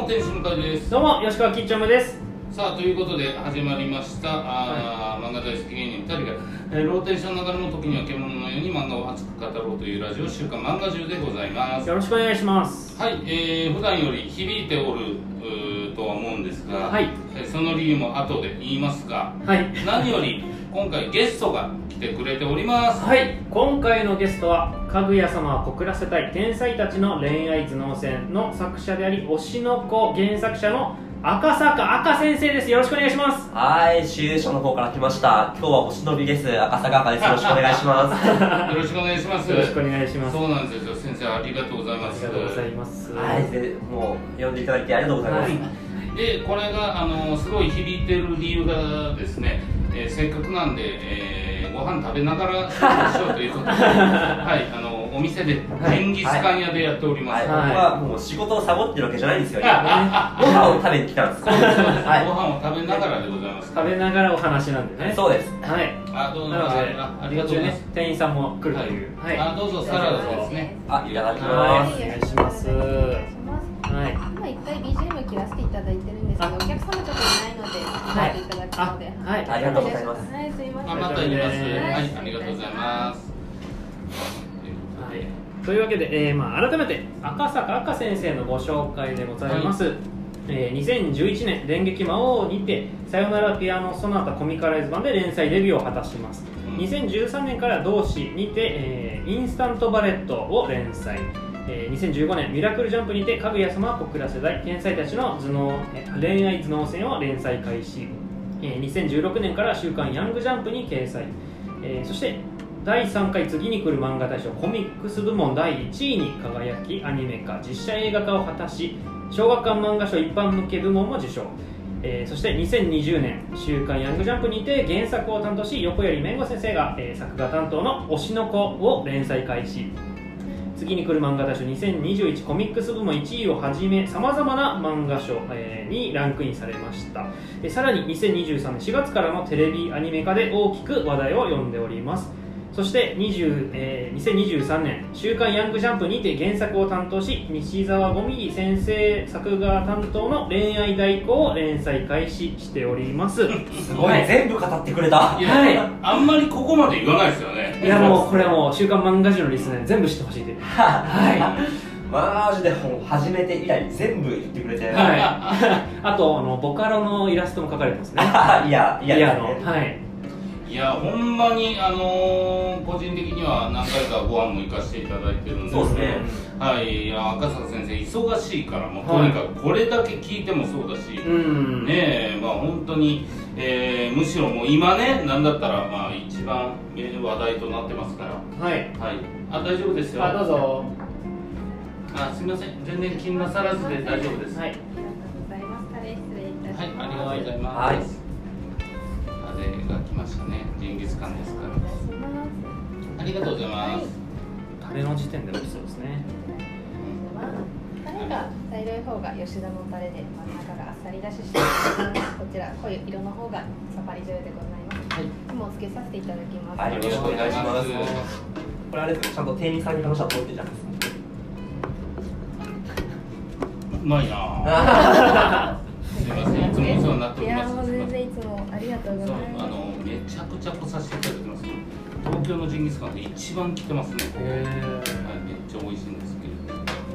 天使向井です。 どうも吉川きっちゃむです。 さあということで始まりました、漫画大好き芸人2人が、ローテーションながらも時には獣のように漫画を熱く語ろうというラジオ週刊漫画中でございます。 よろしくお願いします。 はい、普段より響いておるとは思うんですが、 はい、 その理由も後で言いますが、 はい、 何より今回ゲストが来てくれております。 はい、今回のゲストはかぐや様を告らせたい天才たちの恋愛頭脳戦の作者であり推しの子原作者の赤坂赤先生です。よろしくお願いします。 はい、集英社の方から来ました。今日はお忍びです。赤坂赤です。よろしくお願いします。 よろしくお願いします。 よろしくお願いします。 そうなんですよ。先生ありがとうございます。 ありがとうございます。 はい、でもう呼んでいただいてありがとうございます。はい、 でこれがすごい響いてる理由がですね、せっかくなんで、ご飯食べながらしようということで、はい、お店でジンギスカン屋でやっております。 僕はもう仕事をサボってるわけじゃないんですよ。ご飯を食べに来たんです。 ご飯を食べながらでございます。 食べながらお話なんでね。 そうです。 はい。 どうぞ。 ありがとうございます。店員さんも来るという。 はい。どうぞサラダですね。 いただきます。 お願いします。はい。 今一回 BGM 切らせていただいてるんですけど、お客様ちょっといないので入っていただくので、 はい。 ありがとうございます。 はい、すいません。 また言います。はい、ありがとうございます。 というわけで、改めて赤坂赤先生のご紹介でございます。2011年電撃魔王にてさよならピアノソナタコミカライズ版で連載デビューを果たします。2013年から同誌にて、インスタントバレットを連載。2015年ミラクルジャンプにてかぐや様は告らせたい天才たちの恋愛頭脳戦を連載開始。2016年から週刊ヤングジャンプに掲載。そして第3回次に来る漫画大賞コミックス部門第1位に輝き、アニメ化実写映画化を果たし、小学館漫画賞一般向け部門も受賞。そして2020年週刊ヤングジャンプにて原作を担当し、横槍めんご先生が、作画担当の推しの子を連載開始。次に来る漫画大賞2021コミックス部門1位をはじめ、さまざまな漫画賞、にランクインされました。さらに2023年4月からのテレビアニメ化で大きく話題を呼んでおります。そして2023年週刊ヤングジャンプにて原作を担当し、西澤五味先生作画担当の恋愛代行を連載開始しております。 すごい、全部語ってくれた。 はい、あんまりここまで言わないですよね。 いやもうこれはもう週刊漫画中のリスナーに全部知ってほしいという。はい、 マジで初めて以来全部言ってくれて、はい、 あとボカロのイラストも描かれてますね。 いやはい、 いやほんまに個人的には何回かご飯も行かせていただいてるんですけど、 そうですね、 はい、赤坂先生忙しいから、もうとにかくこれだけ聞いてもそうだし、ねえ、本当に、むしろもう今ね、なんだったら一番話題となってますから、はい、はい、大丈夫ですよ。 どうぞ。 すみません、全然気になさらずで大丈夫です。はい、 ありがとうございます。失礼いたします。 はい、ありがとうございます。風が来ましたね。ジンギスカンですから。ありがとうございます。 タレの時点で美味しそうですね。 タレが茶色い方が吉田のタレで、真ん中があっさり出ししてこちら濃い色の方がさぱり醤油でございます。はい、今お付けさせていただきます。 はい、よろしくお願いします。これあれですね、ちゃんと店員さんに話は通ってるじゃないですか。 うまいな。すみません、いつもお世話になっております。 いやもう全然いつもありがとうございます。 めちゃくちゃ来させていただきます。東京のジンギスカンで一番来てますね。はい、めっちゃ美味しいんですけど。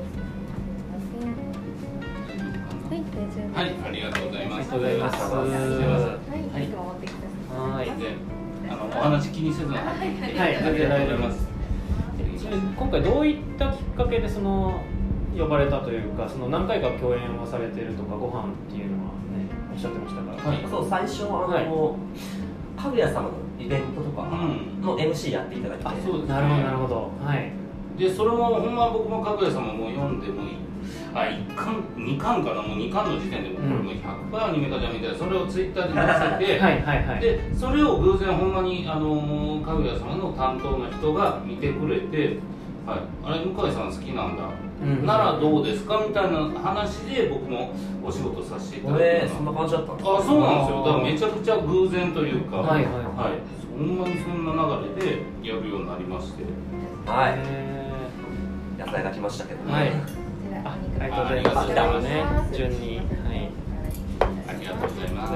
はい、ありがとうございます。 ありがとうございます。すみません。 はい、いつも持ってきてください。 はい、で、お話気にせずに入ってきて、はい、ありがとうございます。 今回どういったきっかけで呼ばれたというか、何回か共演をされているとか、ご飯っていうのはね、おっしゃってましたから。 はい、そう最初かぐや様のイベントとかの MC やっていただいて、 そうですね。 なるほどなるほど。はい。 でそれもほんま僕もかぐや様も読んでも1巻2巻かな、もう2巻の時点でこれも100%アニメ化じゃんみたいな、それをツイッターで載せてでそれを偶然ほんまにかぐや様の担当の人が見てくれて、はい、あれ向井さん好きなんだ、ならどうですかみたいな話で僕もお仕事させていただいて、 そんな感じだったんですか。そうなんですよ。だからめちゃくちゃ偶然というか、 はい、 ほんまにそんな流れでやるようになりまして、 はい、野菜が来ましたけどね。 こちらありがとうございます。来たのね、順に。はい。 ありがとうございます。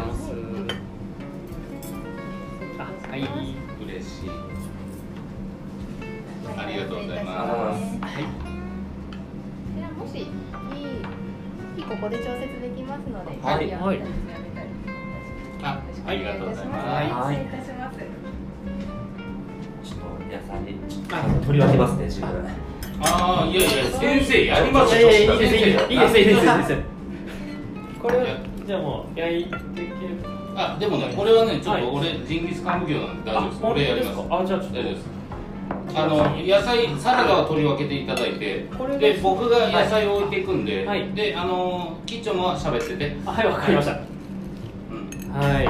あ、はい。 嬉しい。ありがとうございます。 はい。 ではもしここで調節できますので、 はい。 はい。 ありがとうございます。 はい。失礼いたします。 ちょっと野菜取り分けますね、自分。 ああ、いやいや、先生やりましょう。 いいです。これじゃあもう焼いていける。 あ、でもね、これはね、ちょっと俺ジンギスカン奉行なんで大丈夫です。俺やります。 あ、じゃあちょっと大丈夫です。野菜サラダは取り分けていただいて、で僕が野菜を置いていくんで、でキッチョンは喋ってて。 はい、わかりました。はい。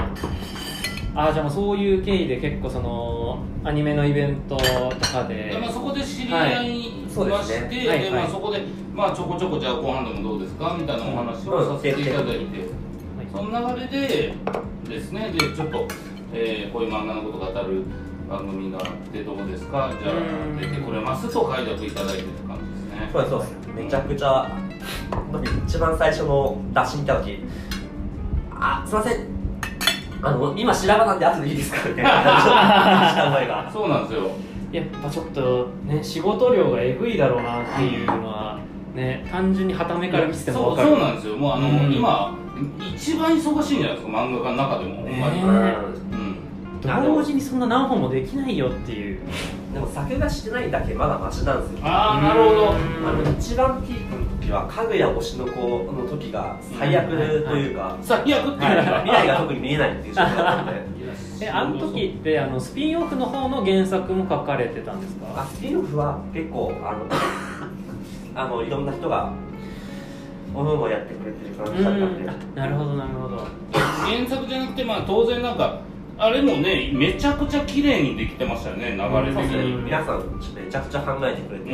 あ、じゃあもうそういう経緯で結構そのアニメのイベントとかで、 そこで知り合いまして、でそこでちょこちょこじゃあご飯でもどうですかみたいなお話をさせていただいて、その流れでですね、でちょっとこういう漫画のことを語る番組があってどうですか、じゃあ出てくれますと快諾いただいてる感じですね。 そうです。めちゃくちゃ一番最初の出しに行った時、あ、すいません、今白髪なんで後でいいですかみたいなした覚えが。 そうなんですよ。 やっぱちょっとね、仕事量がえぐいだろうなっていうのはね、単純にはためから見てても分かる。 そうなんですよ。もう今一番忙しいんじゃないですか、漫画家の中でも。ほんまに。 同時にそんな何本もできないよっていう。 でも作画してないだけまだマシなんですよ。 ああ、なるほど。 一番ピークの時はかぐや推しの子の時が最悪というか、 最悪っていうか未来が特に見えないっていう状況だったんで。 あの時ってスピンオフの方の原作も書かれてたんですか？ スピンオフは結構いろんな人がおのおのやってくれてる感じだったんで。 なるほどなるほど。 原作じゃなくて当然なんかあれもね、めちゃくちゃ綺麗にできてましたよね、流れ的に。 皆さんめちゃくちゃ考えてくれて、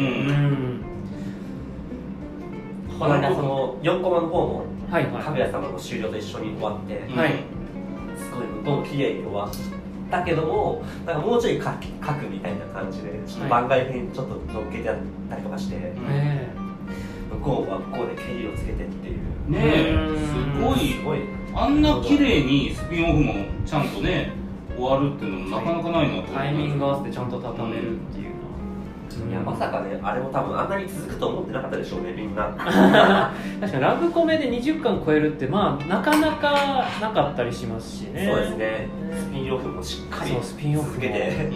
この間その4コマの方もかぐや様の終了と一緒に終わって、すごい向こうも綺麗に終わったけども、なんかもうちょい書くみたいな感じでちょっと番外編ちょっと乗っけてあったりとかして、向こうは向こうでケリをつけてっていう。 ねえ、すごいあんな綺麗にスピンオフもちゃんとね終わるっていうのもなかなかないなと。 タイミング合わせてちゃんと畳めるっていうのは、 いやまさかね、あれも多分あんなに続くと思ってなかったでしょうね、みんな。 確かにラブコメで20巻超えるってなかなかなかったりしますしね。 そうですね。スピンオフもしっかりスピンオフ続けて。 で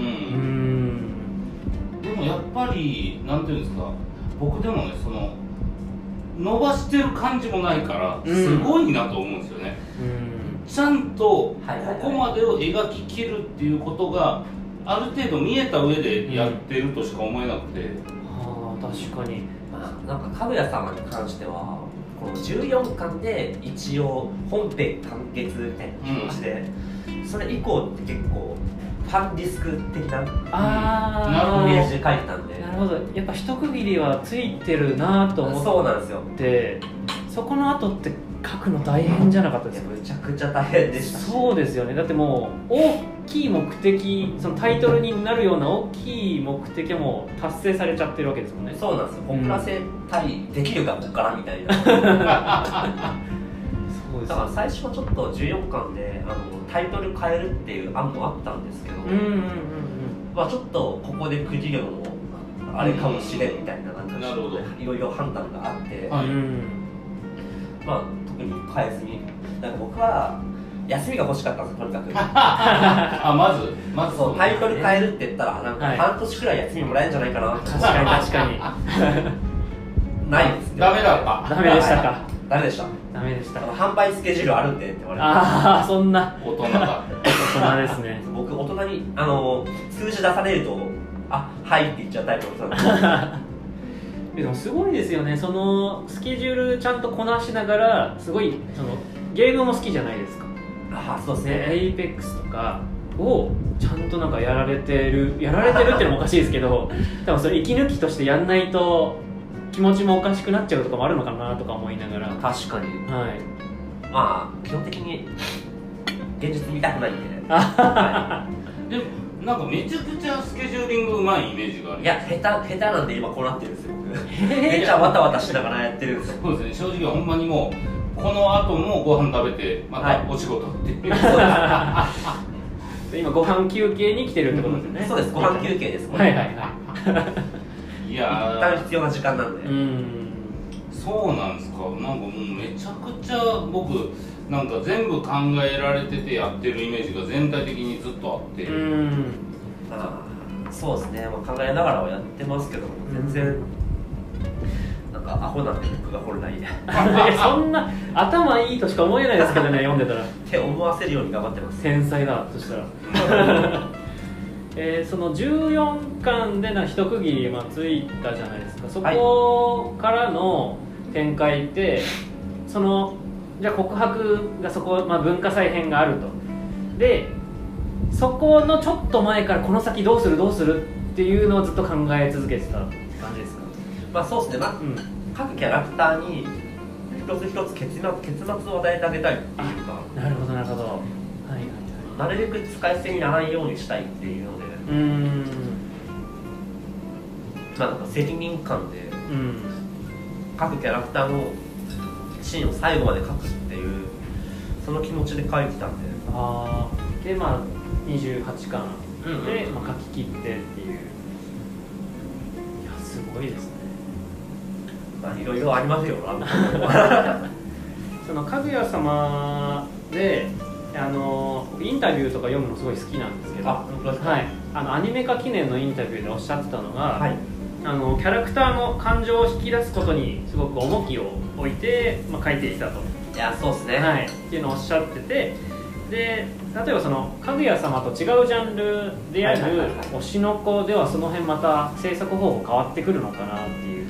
もやっぱりなんていうんですか、僕でもね、その伸ばしてる感じもないからすごいなと思うんですよね。ちゃんとここまでを描き切るっていうことがある程度見えた上でやってるとしか思えなくて、 確かに、 なんかかぐや様に関してはこの14巻で一応本編完結みたいな気持ちで、それ以降って結構ファンディスク的なイメージで書いてたんで。 なるほど、やっぱ一区切りはついてるなと思って、 そうなんですよ。 そこの後って書くの大変じゃなかったですか？ めちゃくちゃ大変でしたし。 そうですよね。だってもう大きい目的、そのタイトルになるような大きい目的はもう達成されちゃってるわけですもんね。 そうなんですよ。遅らせたりできるかここからみたいな。そうです。だから最初はちょっと14巻でタイトル変えるっていう案もあったんですけど、ちょっとここで区切るのもあれかもしれんみたいな、なんかいろいろ判断があって、特に変えずに、なんか僕は休みが欲しかったんですよ、とにかく。 まずそう、タイトル変えるって言ったらなんか半年くらい休みもらえるんじゃないかなって。 確かにないですね。 ダメだった。 ダメでしたか。 ダメでした。 ダメでした。 販売スケジュールあるんでって言われて。 ああ、そんな大人だ。 大人ですね。 僕大人に数字出されるとはいって言っちゃうタイプの人なんで。 でもすごいですよね。そのスケジュールちゃんとこなしながら、すごいゲームも好きじゃないですか。 そうですね。 エイペックスとかをちゃんとなんかやられてるっていうのもおかしいですけど、多分それ息抜きとしてやんないと気持ちもおかしくなっちゃうとかもあるのかなとか思いながら。 確かに。基本的に現実見たくないんで。 でもなんかめちゃくちゃスケジューリングうまいイメージがある。 いや下手なんで今こうなってるんですよめっちゃわたわたしながらやってるんですよ。 そうですね、正直ほんまにもうこの後もご飯食べてまたお仕事っていう、 はい、今ご飯休憩に来てるってことですよね。 そうです、ご飯休憩です。 はいはいはいいや一旦必要な時間なんで。 そうなんですか。なんかもうめちゃくちゃ僕なんか全部考えられててやってるイメージが全体的にずっとあって、 そうですね、まあ、考えながらはやってますけども、全然なんかアホなんで僕が本来そんな頭いいとしか思えないですけどね読んでたらって思わせるように頑張ってます。 天才だとしたらその14巻で一区切りついたじゃないですか。そこからの展開ってそのじゃあ告白がそこ、文化祭編があると、でそこのちょっと前からこの先どうするっていうのをずっと考え続けてた感じですか。 そうですね、各キャラクターに一つ一つ結末を与えてあげたいっていうか。 なるほどなるほど、はいはいはい、 なるべく使い捨てにならないようにしたいっていうので、なんか責任感で、各キャラクターのシーンを最後まで書くっていうその気持ちで書いてたんで、 で28巻で、書き切ってっていう、いやすごいですね。 いろいろありますよそのかぐや様でインタビューとか読むのすごい好きなんですけど、アニメ化記念のインタビューでおっしゃってたのが、キャラクターの感情を引き出すことにすごく重きを置いて、書いていたと。 いやそうですね、 っていうのをおっしゃってて、で例えばそのかぐや様と違うジャンルである推しの子ではその辺また制作方法変わってくるのかなっていう。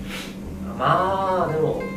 でも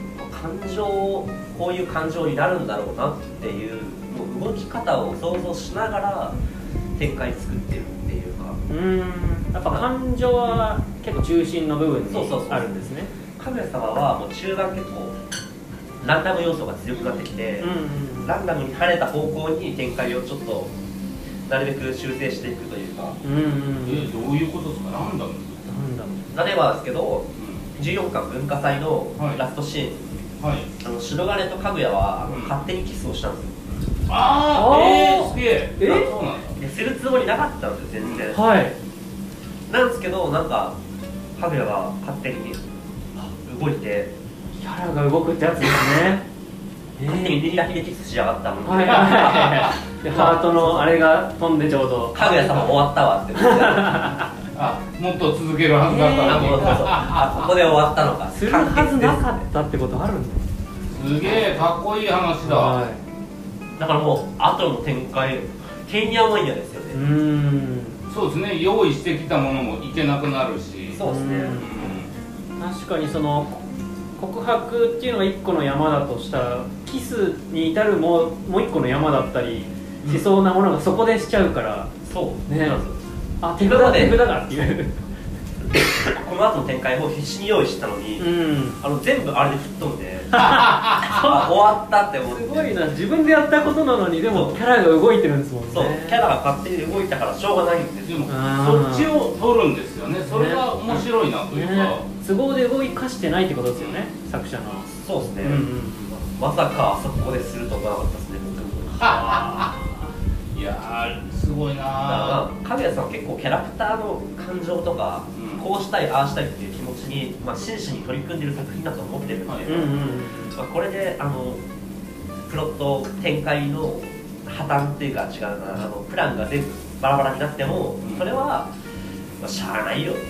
こういう感情になるんだろうなっていうもう動き方を想像しながら展開作ってるっていうか。 やっぱ感情は結構中心の部分にあるんですね。 かぐや様はもう中盤結構ランダム要素が強くなってきて、ランダムに跳ねた方向に展開をちょっとなるべく修正していくというか。 どういうことですか。ランダム例えばですけど、14巻文化祭のラストシーン、白金とかぐやは勝手にキスをしたんですよ。 すげえ。そうなんだ。 するつもりなかったんですよ全然。なんですけど、なんかかぐやが勝手に動いて、 キャラが動くってやつですね。 勝手に練り焼きでキスしやがったもんで、 ハートのあれが飛んでちょうどかぐや様終わったわってもっと続けるはずだったのに、 ここで終わったのか。 するはずなかったってことあるんです。 すげえかっこいい話だ。 だからもう後の展開てんやわんやですよね。 そうですね、用意してきたものもいけなくなるし。 そうですね、 確かにその告白っていうのが1個の山だとしたら、キスに至るもう1個の山だったりしそうなものがそこでしちゃうから、 そうね、手札がっていうこの後の展開を必死に用意したのに、全部あれで吹っ飛んで終わったって思って。 すごいな、自分でやったことなのにでもキャラが動いてるんですもんね。 そう、キャラが勝手に動いたからしょうがないんです。 でもそっちを取るんですよね。それが面白いなというか、 都合で動かしてないってことですよね、作者の。 そうですね、まさかあそこですると思わなかったですね僕も。 いやーすごいな。 かぐやさんは結構キャラクターの感情とか、こうしたいああしたいっていう気持ちに、真摯に取り組んでる作品だと思ってるんで、これでプロット展開の破綻っていうか違うな、プランが全部バラバラになっても、それは、しゃあないよって。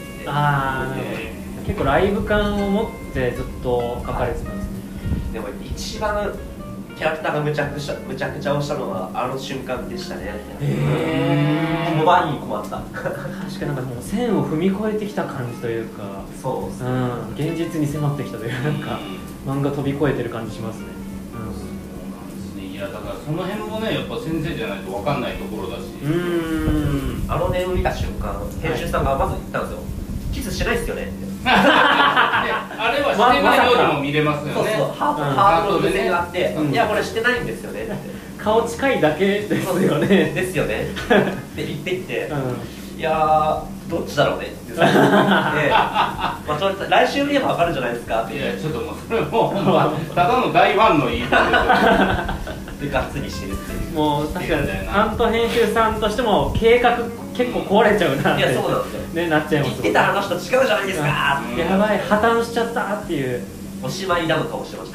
結構ライブ感を持ってずっと書かれてたんですね。 でも一番キャラクターがむちゃくちゃをしたのはあの瞬間でしたね。困った確かになんかもう線を踏み越えてきた感じというか、 そうですね、 現実に迫ってきたというなんか漫画飛び越えてる感じしますね。 いやだからその辺もね、やっぱ先生じゃないと分かんないところだし。 あの絵を見た瞬間、編集さんがまず言ったんですよ、キスしないっすよねってあれはしてないようにも見れますよね。 そうそう、ハートの目線があって、いやこれしてないんですよねって顔近いだけですよね。 ですよね。で行ってきて、いやーどっちだろうねって言って、まあ来週見ればわかるじゃないですか。 いやちょっともうそれもただの大ファンの言い方でがっつりしてるっていう。 もう確かに担当編集さんとしても計画結構壊れちゃうなって。 いやそうなんですよ。 ねなっちゃいます。 言ってた話と違うじゃないですか。 やばい破綻しちゃったっていう。 おしまいだの顔してました。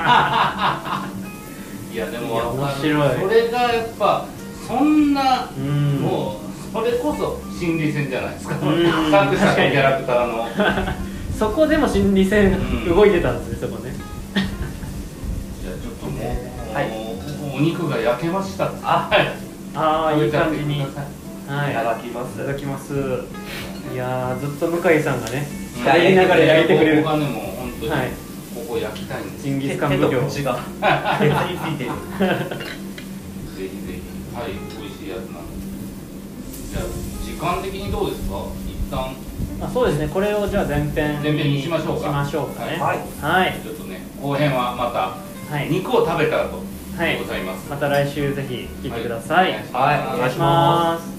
いやでも面白い。 それがやっぱそんなもうそれこそ心理戦じゃないですか。作者とキャラクターのそこでも心理戦動いてたんですね、そこね。 じゃあちょっともうお肉が焼けました。 ああいい感じに。 はい、いただきます。 いただきます。いやずっと向井さんがねやりながら焼いてくれる。 ここがねもう本当にここ焼きたいんです。 ジンギスカン奉行。 手が手についてる。 ぜひぜひはい美味しいやつなんで。じゃあ時間的にどうですか。一旦そうですね。これをじゃあ前編にしましょうか。 ね。 はい。ちょっとね後編はまた肉を食べた後でございます。 また来週ぜひ聞いてください。 はいお願いします。